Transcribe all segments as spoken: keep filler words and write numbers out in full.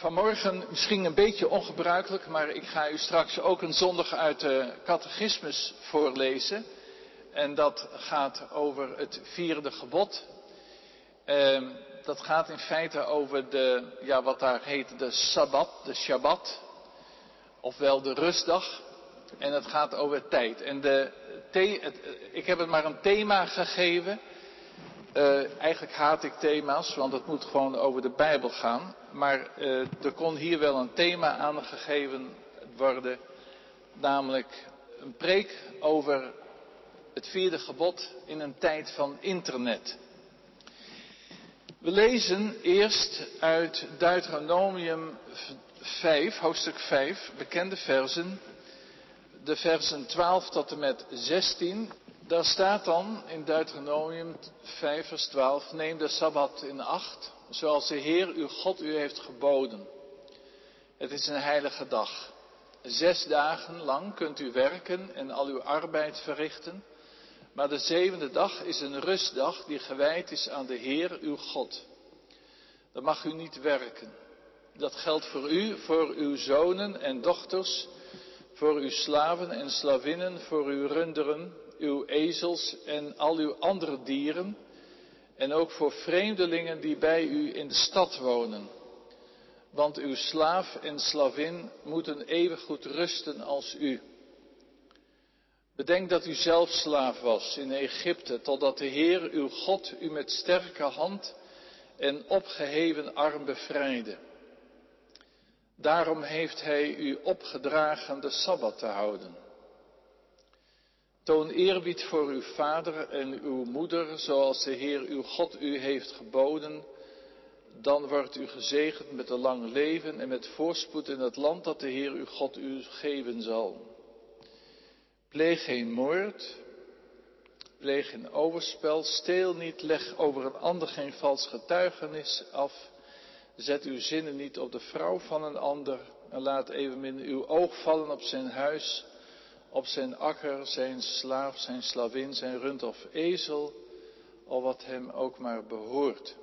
Vanmorgen misschien een beetje ongebruikelijk, maar ik ga u straks ook een zondag uit de catechismus voorlezen. En dat gaat over het vierde gebod. Uh, dat gaat in feite over de, ja, wat daar heet de Sabbat, de Shabbat, ofwel de rustdag. En het gaat over tijd. En de, the, het, ik heb het maar een thema gegeven. Uh, eigenlijk haat ik thema's, want het moet gewoon over de Bijbel gaan. Maar uh, er kon hier wel een thema aangegeven worden, namelijk een preek over het vierde gebod in een tijd van internet. We lezen eerst uit Deuteronomium vijf, hoofdstuk vijf, bekende versen, de versen twaalf tot en met zestien. Daar staat dan in Deuteronomium vijf vers twaalf, neem de Sabbat in acht, zoals de Heer uw God u heeft geboden. Het is een heilige dag. Zes dagen lang kunt u werken en al uw arbeid verrichten, maar de zevende dag is een rustdag die gewijd is aan de Heer uw God. Dan mag u niet werken. Dat geldt voor u, voor uw zonen en dochters, voor uw slaven en slavinnen, voor uw runderen, uw ezels en al uw andere dieren, en ook voor vreemdelingen die bij u in de stad wonen. Want uw slaaf en slavin moeten evengoed rusten als u. Bedenk dat u zelf slaaf was in Egypte, totdat de Heer uw God u met sterke hand en opgeheven arm bevrijdde. Daarom heeft hij u opgedragen de Sabbat te houden. Toon eerbied voor uw vader en uw moeder, zoals de Heer uw God u heeft geboden. Dan wordt u gezegend met een lang leven en met voorspoed in het land dat de Heer uw God u geven zal. Pleeg geen moord, pleeg geen overspel, steel niet, leg over een ander geen vals getuigenis af. Zet uw zinnen niet op de vrouw van een ander en laat evenmin uw oog vallen op zijn huis, op zijn akker, zijn slaaf, zijn slavin, zijn rund of ezel, of wat hem ook maar behoort.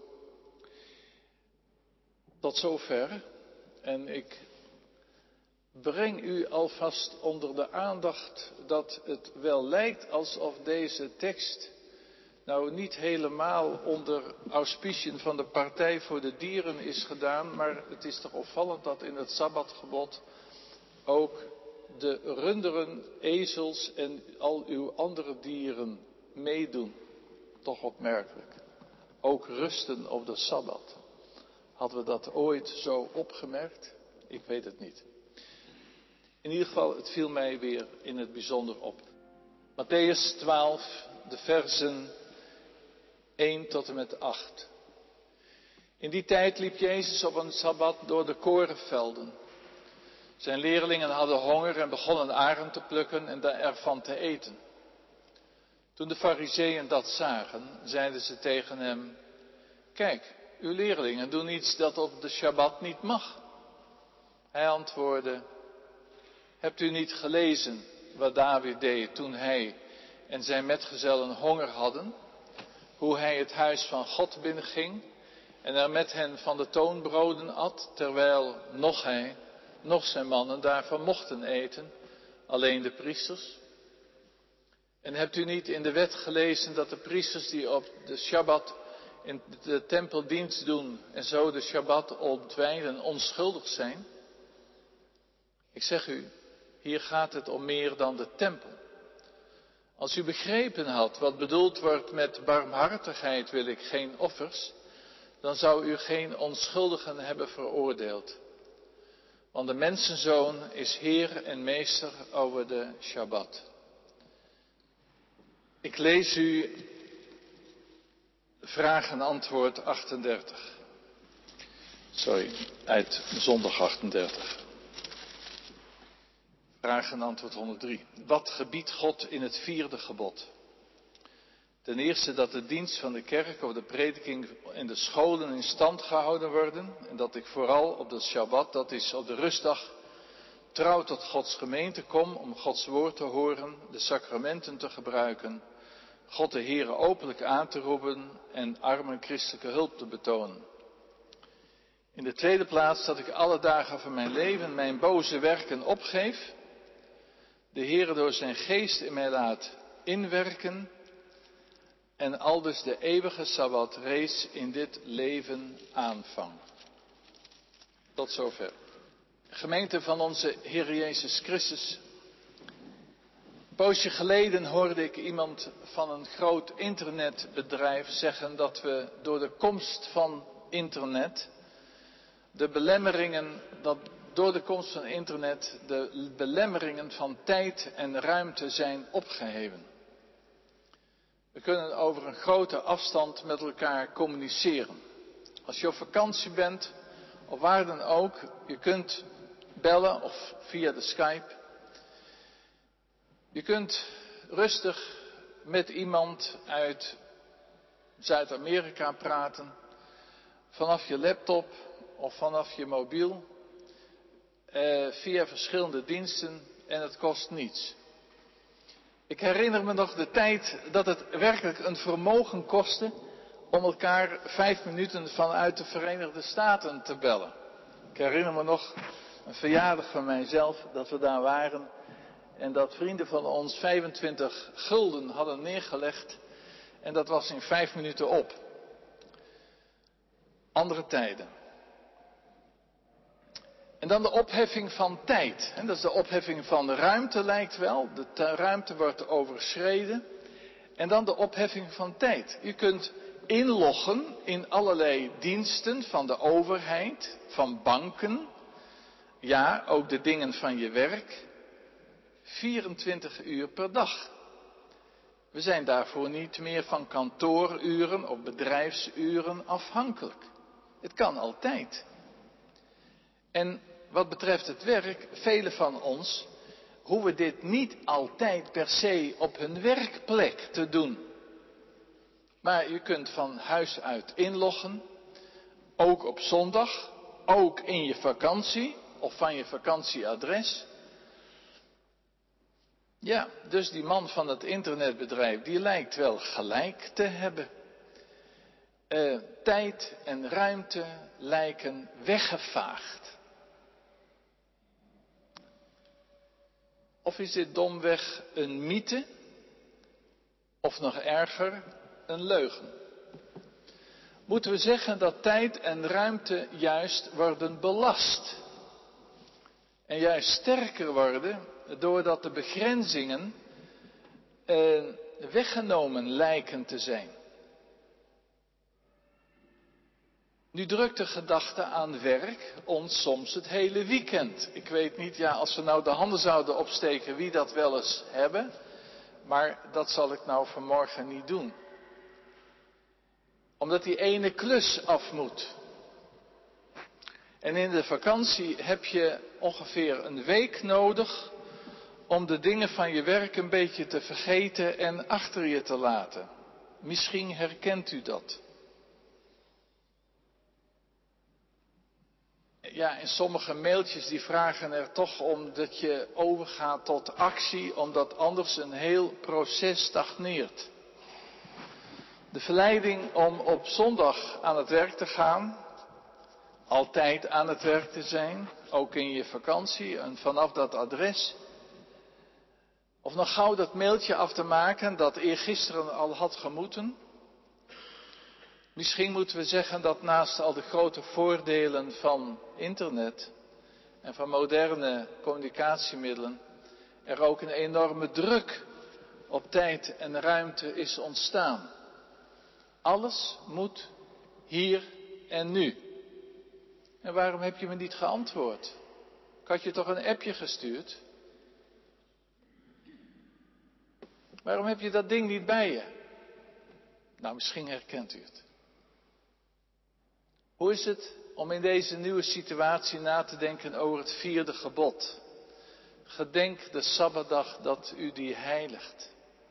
Tot zover. En ik breng u alvast onder de aandacht dat het wel lijkt alsof deze tekst nou niet helemaal onder auspiciën van de Partij voor de Dieren is gedaan, maar het is toch opvallend dat in het Sabbatgebod ook de runderen, ezels en al uw andere dieren meedoen. Toch opmerkelijk. Ook rusten op de Sabbat. Hadden we dat ooit zo opgemerkt? Ik weet het niet. In ieder geval, het viel mij weer in het bijzonder op. Mattheüs twaalf, de versen één tot en met acht. In die tijd liep Jezus op een Sabbat door de korenvelden. Zijn leerlingen hadden honger en begonnen aren te plukken en ervan te eten. Toen de Farizeeën dat zagen, zeiden ze tegen hem: kijk, uw leerlingen doen iets dat op de Shabbat niet mag. Hij antwoordde: hebt u niet gelezen wat David deed toen hij en zijn metgezellen honger hadden? Hoe hij het huis van God binnenging en er met hen van de toonbroden at, terwijl nog hij, nog zijn mannen daarvan mochten eten, alleen de priesters? En hebt u niet in de wet gelezen dat de priesters die op de Shabbat in de tempel dienst doen en zo de Shabbat ontwijden onschuldig zijn? Ik zeg u, hier gaat het om meer dan de tempel. Als u begrepen had wat bedoeld wordt met barmhartigheid wil ik geen offers, dan zou u geen onschuldigen hebben veroordeeld. Want de mensenzoon is Heer en Meester over de Shabbat. Ik lees u vraag en antwoord achtendertig. Sorry, uit zondag achtendertig. Vraag en antwoord honderddrie. Wat gebiedt God in het vierde gebod? Ten eerste dat de dienst van de kerk of de prediking en de scholen in stand gehouden worden. En dat ik vooral op de Shabbat, dat is op de rustdag, trouw tot Gods gemeente kom om Gods woord te horen, de sacramenten te gebruiken, God de Heere openlijk aan te roepen en armen christelijke hulp te betonen. In de tweede plaats dat ik alle dagen van mijn leven mijn boze werken opgeef, de Heere door zijn geest in mij laat inwerken en aldus de eeuwige Sabbat reeds in dit leven aanvang. Tot zover. Gemeente van onze Heer Jezus Christus. Een poosje geleden hoorde ik iemand van een groot internetbedrijf zeggen dat we door de komst van internet, de belemmeringen, dat door de komst van internet de belemmeringen van tijd en ruimte zijn opgeheven. We kunnen over een grote afstand met elkaar communiceren. Als je op vakantie bent, of waar dan ook, je kunt bellen of via de Skype. Je kunt rustig met iemand uit Zuid-Amerika praten, vanaf je laptop of vanaf je mobiel, eh, via verschillende diensten en het kost niets. Ik herinner me nog de tijd dat het werkelijk een vermogen kostte om elkaar vijf minuten vanuit de Verenigde Staten te bellen. Ik herinner me nog een verjaardag van mijzelf dat we daar waren en dat vrienden van ons vijfentwintig gulden hadden neergelegd en dat was in vijf minuten op. Andere tijden. En dan de opheffing van tijd. Dat is de opheffing van de ruimte, lijkt wel. De ruimte wordt overschreden. En dan de opheffing van tijd. Je kunt inloggen in allerlei diensten van de overheid, van banken. Ja, ook de dingen van je werk. vierentwintig uur per dag. We zijn daarvoor niet meer van kantooruren of bedrijfsuren afhankelijk. Het kan altijd. En wat betreft het werk, velen van ons hoeven dit niet altijd per se op hun werkplek te doen. Maar je kunt van huis uit inloggen, ook op zondag, ook in je vakantie of van je vakantieadres. Ja, dus die man van het internetbedrijf, die lijkt wel gelijk te hebben. Uh, tijd en ruimte lijken weggevaagd. Of is dit domweg een mythe? Of nog erger, een leugen? Moeten we zeggen dat tijd en ruimte juist worden belast? En juist sterker worden doordat de begrenzingen eh, weggenomen lijken te zijn. Nu drukt de gedachte aan werk ons soms het hele weekend. Ik weet niet, ja, als we nou de handen zouden opsteken wie dat wel eens hebben. Maar dat zal ik nou vanmorgen niet doen. Omdat die ene klus af moet. En in de vakantie heb je ongeveer een week nodig om de dingen van je werk een beetje te vergeten en achter je te laten. Misschien herkent u dat. Ja, en sommige mailtjes die vragen er toch om dat je overgaat tot actie, omdat anders een heel proces stagneert. De verleiding om op zondag aan het werk te gaan, altijd aan het werk te zijn, ook in je vakantie en vanaf dat adres. Of nog gauw dat mailtje af te maken dat eergisteren al had gemoeten. Misschien moeten we zeggen dat naast al de grote voordelen van internet en van moderne communicatiemiddelen er ook een enorme druk op tijd en ruimte is ontstaan. Alles moet hier en nu. En waarom heb je me niet geantwoord? Ik had je toch een appje gestuurd? Waarom heb je dat ding niet bij je? Nou, misschien herkent u het. Hoe is het om in deze nieuwe situatie na te denken over het vierde gebod? Gedenk de Sabbatdag dat u die heiligt.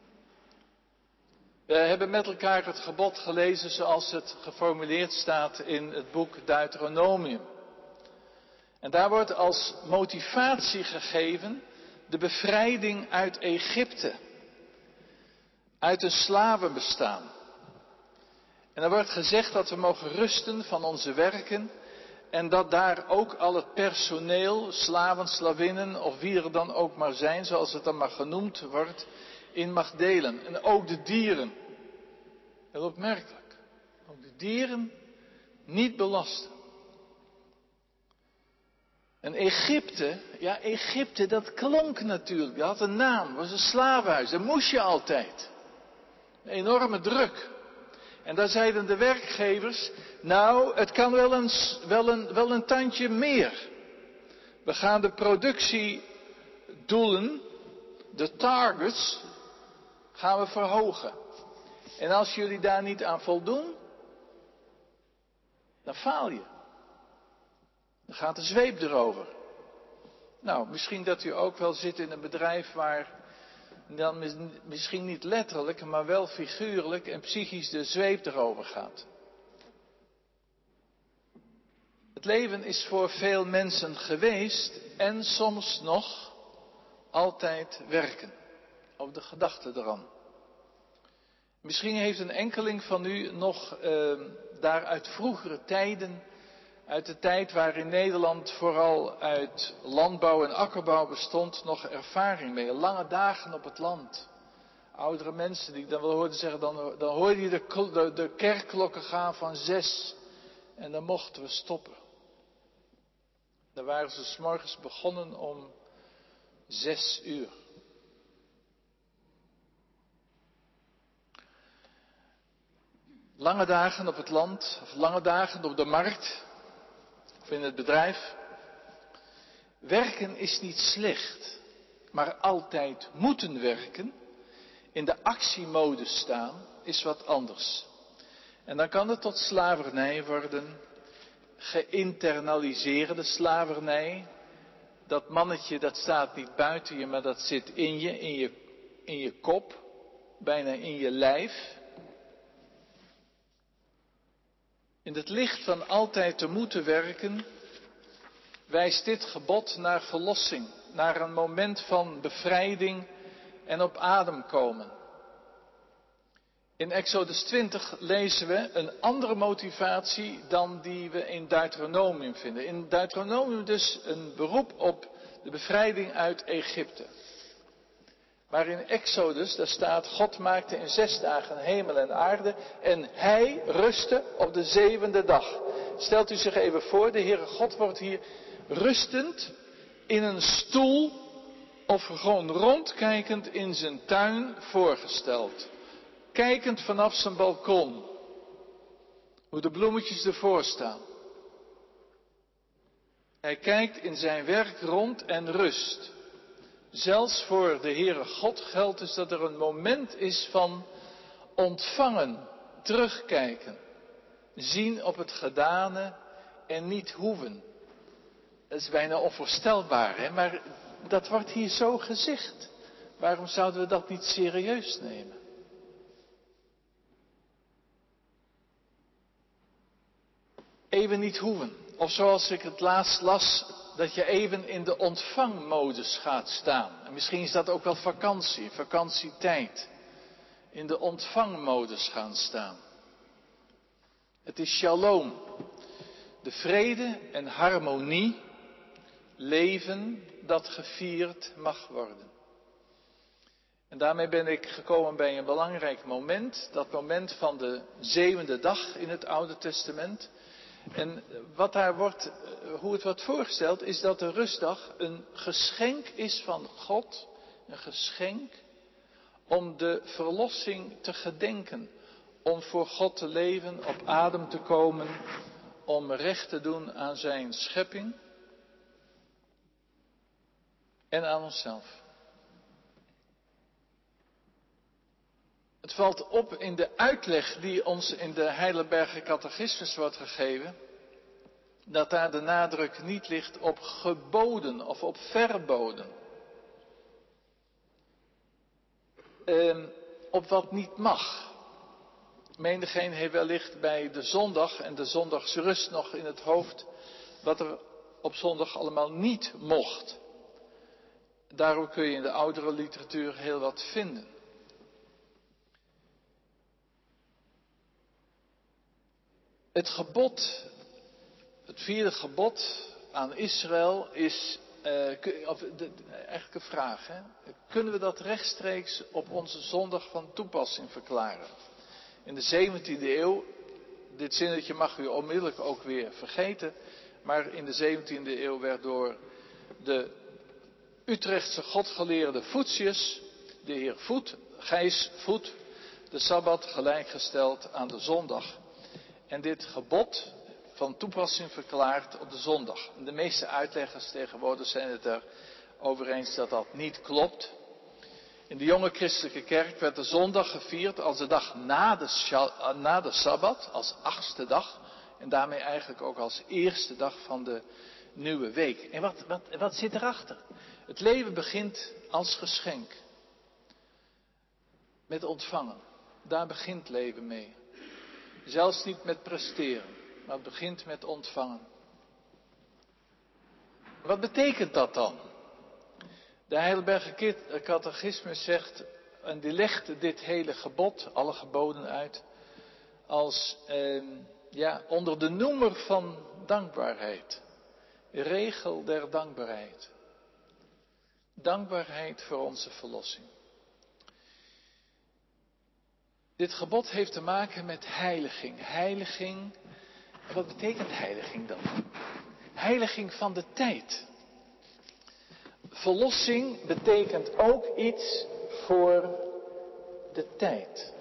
We hebben met elkaar het gebod gelezen zoals het geformuleerd staat in het boek Deuteronomium. En daar wordt als motivatie gegeven de bevrijding uit Egypte. Uit een slavenbestaan. En er wordt gezegd dat we mogen rusten van onze werken En dat daar ook al het personeel, slaven, slavinnen of wie er dan ook maar zijn, zoals het dan maar genoemd wordt, in mag delen. En ook de dieren. Heel opmerkelijk. Ook de dieren niet belasten. En Egypte, ja Egypte dat klonk natuurlijk, dat had een naam, was een slavenhuis, daar moest je altijd. Een enorme druk. En daar zeiden de werkgevers, nou het kan wel een, wel een, wel een tandje meer. We gaan de productiedoelen, de targets, gaan we verhogen. En als jullie daar niet aan voldoen, dan faal je. Dan gaat de zweep erover. Nou, misschien dat u ook wel zit in een bedrijf waar dan misschien niet letterlijk, maar wel figuurlijk en psychisch de zweep erover gaat. Het leven is voor veel mensen geweest en soms nog altijd werken. Op de gedachte eraan. Misschien heeft een enkeling van u nog eh, daar uit vroegere tijden, uit de tijd waarin Nederland vooral uit landbouw en akkerbouw bestond, nog ervaring mee. Lange dagen op het land. Oudere mensen die ik dan wel hoorde zeggen, dan, dan hoorde je de, de, de kerkklokken gaan van zes. En dan mochten we stoppen. Dan waren ze 's morgens begonnen om zes uur. Lange dagen op het land, of lange dagen op de markt, of in het bedrijf. Werken is niet slecht, maar altijd moeten werken, in de actiemodus staan, is wat anders. En dan kan het tot slavernij worden, geïnternaliseerde slavernij. Dat mannetje, dat staat niet buiten je, maar dat zit in je, in je, in je kop, bijna in je lijf. In het licht van altijd te moeten werken, wijst dit gebod naar verlossing, naar een moment van bevrijding en op adem komen. In Exodus twintig lezen we een andere motivatie dan die we in Deuteronomium vinden. In Deuteronomium dus een beroep op de bevrijding uit Egypte. Maar in Exodus, daar staat, God maakte in zes dagen hemel en aarde en hij rustte op de zevende dag. Stelt u zich even voor, de Heere God wordt hier rustend in een stoel of gewoon rondkijkend in zijn tuin voorgesteld. Kijkend vanaf zijn balkon, hoe de bloemetjes ervoor staan. Hij kijkt in zijn werk rond en rust. Zelfs voor de Heere God geldt dus dat er een moment is van ontvangen, terugkijken, zien op het gedane en niet hoeven. Dat is bijna onvoorstelbaar, hè? Maar dat wordt hier zo gezegd. Waarom zouden we dat niet serieus nemen? Even niet hoeven. Of zoals ik het laatst las, dat je even in de ontvangmodus gaat staan. En misschien is dat ook wel vakantie, vakantietijd. In de ontvangmodus gaan staan. Het is shalom. De vrede en harmonie, leven dat gevierd mag worden. En daarmee ben ik gekomen bij een belangrijk moment. Dat moment van de zevende dag in het Oude Testament. En wat daar wordt, hoe het wordt voorgesteld, is dat de rustdag een geschenk is van God. Een geschenk om de verlossing te gedenken. Om voor God te leven, op adem te komen. Om recht te doen aan zijn schepping. En aan onszelf. Het valt op in de uitleg die ons in de Heidelberger Catechismus wordt gegeven, dat daar de nadruk niet ligt op geboden of op verboden. Eh, op wat niet mag. Menigeen heeft wellicht bij de zondag en de zondagsrust nog in het hoofd wat er op zondag allemaal niet mocht. Daarom kun je in de oudere literatuur heel wat vinden. Het gebod Het vierde gebod aan Israël is, uh, of, de, de, eigenlijk een vraag, hè? Kunnen we dat rechtstreeks op onze zondag van toepassing verklaren? In de zeventiende eeuw, dit zinnetje mag u onmiddellijk ook weer vergeten, maar in de zeventiende eeuw werd door de Utrechtse godgeleerde Voetius, de heer Voet, Gijs Voet, de Sabbat gelijkgesteld aan de zondag. En dit gebod van toepassing verklaard op de zondag. De meeste uitleggers tegenwoordig zijn het er over eens dat dat niet klopt. In de jonge christelijke kerk werd de zondag gevierd als de dag na de, na de Sabbat, als achtste dag. En daarmee eigenlijk ook als eerste dag van de nieuwe week. En wat, wat, wat zit erachter? Het leven begint als geschenk. Met ontvangen. Daar begint leven mee. Zelfs niet met presteren, maar het begint met ontvangen. Wat betekent dat dan? De Heidelberger Catechismus zegt, en die legt dit hele gebod, alle geboden uit, als eh, ja, onder de noemer van dankbaarheid. Regel der dankbaarheid. Dankbaarheid voor onze verlossing. Dit gebod heeft te maken met heiliging. Heiliging, en wat betekent heiliging dan? Heiliging van de tijd. Verlossing betekent ook iets voor de tijd.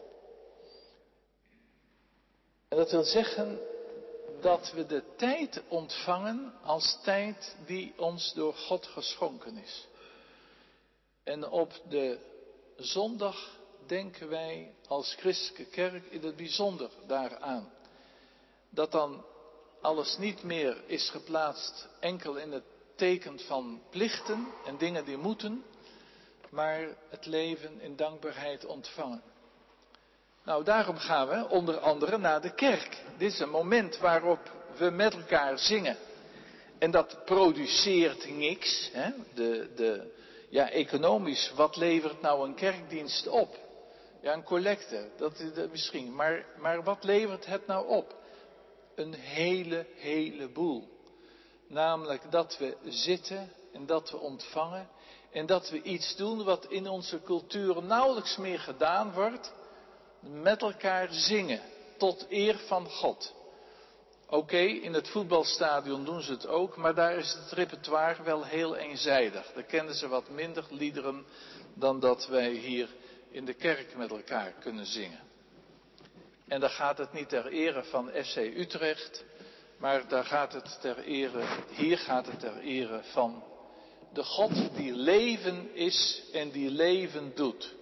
En dat wil zeggen dat we de tijd ontvangen als tijd die ons door God geschonken is. En op de zondag denken wij als christelijke kerk in het bijzonder daaraan. Dat dan alles niet meer is geplaatst enkel in het teken van plichten en dingen die moeten, maar het leven in dankbaarheid ontvangen. Nou, daarom gaan we onder andere naar de kerk. Dit is een moment waarop we met elkaar zingen. En dat produceert niks. Hè? De, de, ja, economisch, wat levert nou een kerkdienst op? Ja, een collecte, dat is dat misschien. Maar, maar wat levert het nou op? Een hele, heleboel. Namelijk dat we zitten en dat we ontvangen. En dat we iets doen wat in onze cultuur nauwelijks meer gedaan wordt. Met elkaar zingen, tot eer van God. Oké, okay, in het voetbalstadion doen ze het ook, maar daar is het repertoire wel heel eenzijdig. Daar kennen ze wat minder liederen dan dat wij hier in de kerk met elkaar kunnen zingen. En dan gaat het niet ter ere van F C Utrecht, maar daar gaat het ter ere, hier gaat het ter ere van de God die leven is en die leven doet.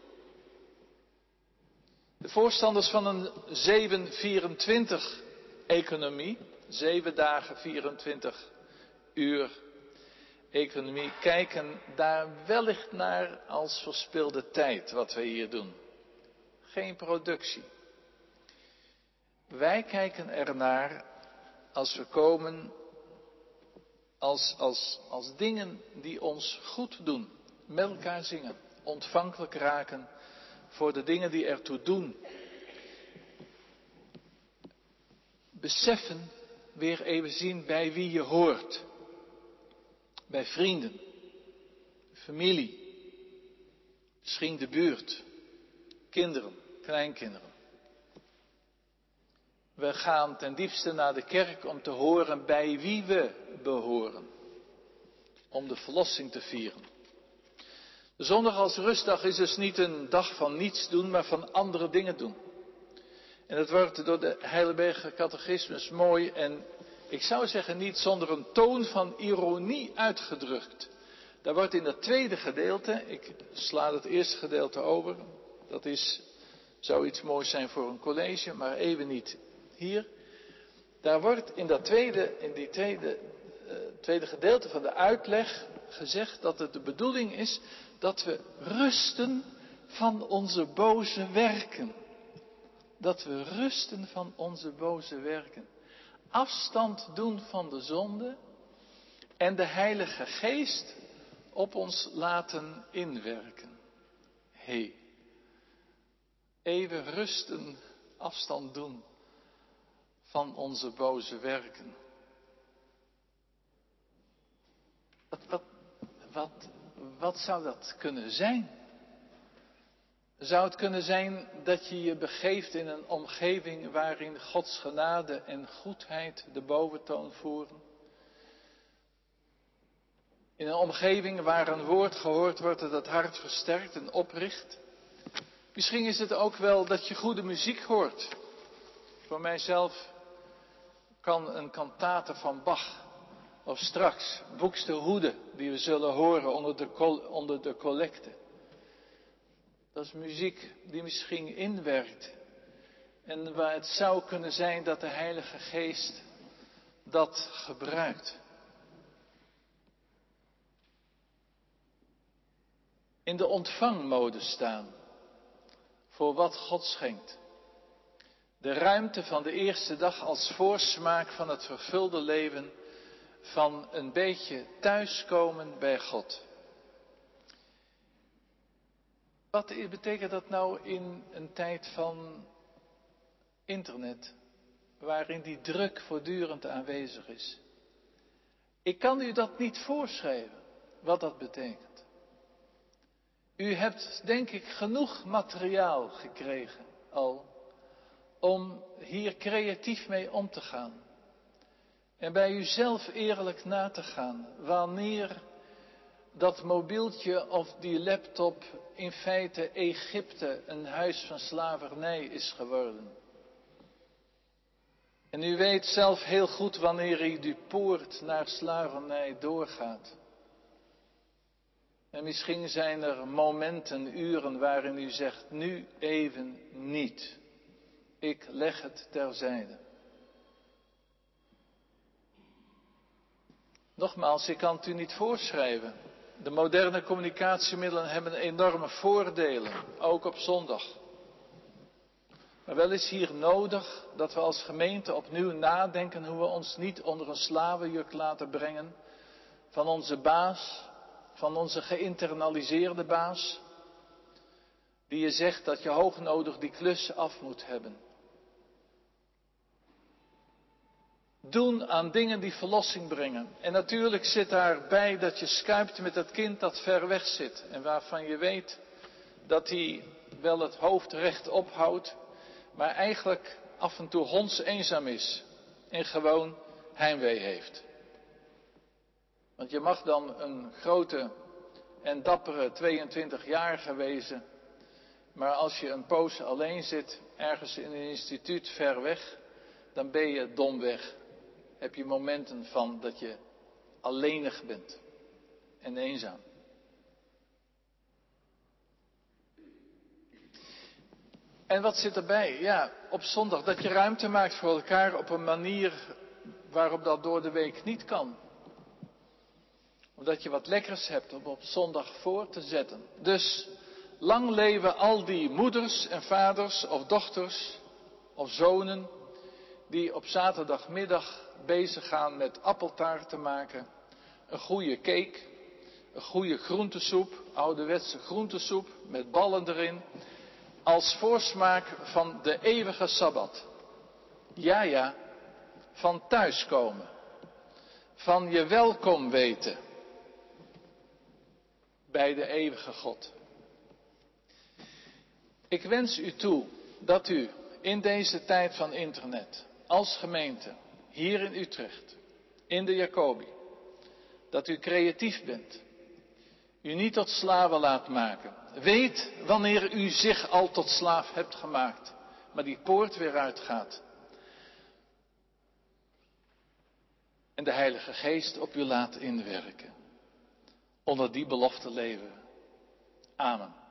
De voorstanders van een zeven vierentwintig economie, zeven dagen vierentwintig uur economie, kijken daar wellicht naar als verspilde tijd wat we hier doen. Geen productie. Wij kijken ernaar als we komen als, als, als dingen die ons goed doen. Met elkaar zingen, ontvankelijk raken voor de dingen die ertoe doen. Beseffen, weer even zien bij wie je hoort. Bij vrienden, familie, misschien de buurt, kinderen, kleinkinderen. We gaan ten diepste naar de kerk om te horen bij wie we behoren. Om de verlossing te vieren. De zondag als rustdag is dus niet een dag van niets doen, maar van andere dingen doen. En dat wordt door de Heidelberger Catechismus mooi en ik zou zeggen niet zonder een toon van ironie uitgedrukt. Daar wordt in dat tweede gedeelte, ik sla het eerste gedeelte over, dat is, zou iets moois zijn voor een college, maar even niet hier. Daar wordt in dat tweede, in die tweede, uh, tweede gedeelte van de uitleg gezegd dat het de bedoeling is dat we rusten van onze boze werken. Dat we rusten van onze boze werken. Afstand doen van de zonde en de Heilige Geest op ons laten inwerken. Hé, hey, even rusten, afstand doen van onze boze werken. wat, wat zou dat kunnen zijn? Zou het kunnen zijn dat je je begeeft in een omgeving waarin Gods genade en goedheid de boventoon voeren? In een omgeving waar een woord gehoord wordt dat het hart versterkt en opricht? Misschien is het ook wel dat je goede muziek hoort. Voor mijzelf kan een kantate van Bach of straks Buxtehude die we zullen horen onder de, onder de collecte. Dat is muziek die misschien inwerkt en waar het zou kunnen zijn dat de Heilige Geest dat gebruikt. In de ontvangmode staan voor wat God schenkt. De ruimte van de eerste dag als voorsmaak van het vervulde leven van een beetje thuiskomen bij God. Wat betekent dat nou in een tijd van internet, waarin die druk voortdurend aanwezig is? Ik kan u dat niet voorschrijven, wat dat betekent. U hebt, denk ik, genoeg materiaal gekregen al om hier creatief mee om te gaan. En bij uzelf eerlijk na te gaan wanneer dat mobieltje of die laptop in feite Egypte een huis van slavernij is geworden. En u weet zelf heel goed wanneer u die poort naar slavernij doorgaat. En misschien zijn er momenten, uren waarin u zegt, nu even niet. Ik leg het terzijde. Nogmaals, ik kan het u niet voorschrijven. De moderne communicatiemiddelen hebben enorme voordelen, ook op zondag. Maar wel is hier nodig dat we als gemeente opnieuw nadenken hoe we ons niet onder een slavenjuk laten brengen van onze baas, van onze geïnternaliseerde baas, die je zegt dat je hoognodig die klus af moet hebben. Doen aan dingen die verlossing brengen. En natuurlijk zit daarbij dat je skypt met het kind dat ver weg zit. En waarvan je weet dat hij wel het hoofd recht ophoudt, maar eigenlijk af en toe hondseenzaam is. En gewoon heimwee heeft. Want je mag dan een grote en dappere tweeëntwintigjarige wezen. Maar als je een poos alleen zit, ergens in een instituut ver weg, dan ben je domweg. Heb je momenten van dat je alleenig bent en eenzaam. En wat zit erbij? Ja, op zondag dat je ruimte maakt voor elkaar op een manier waarop dat door de week niet kan. Omdat je wat lekkers hebt om op zondag voor te zetten. Dus lang leven al die moeders en vaders of dochters of zonen die op zaterdagmiddag bezig gaan met appeltaart te maken, een goede cake, een goede groentesoep, ouderwetse groentesoep met ballen erin, als voorsmaak van de eeuwige Sabbat. Ja, ja, van thuiskomen, van je welkom weten bij de eeuwige God. Ik wens u toe dat u in deze tijd van internet, als gemeente, hier in Utrecht, in de Jacobi, dat u creatief bent. U niet tot slaven laat maken. Weet wanneer u zich al tot slaaf hebt gemaakt, maar die poort weer uitgaat. En de Heilige Geest op u laat inwerken. Onder die belofte leven. Amen.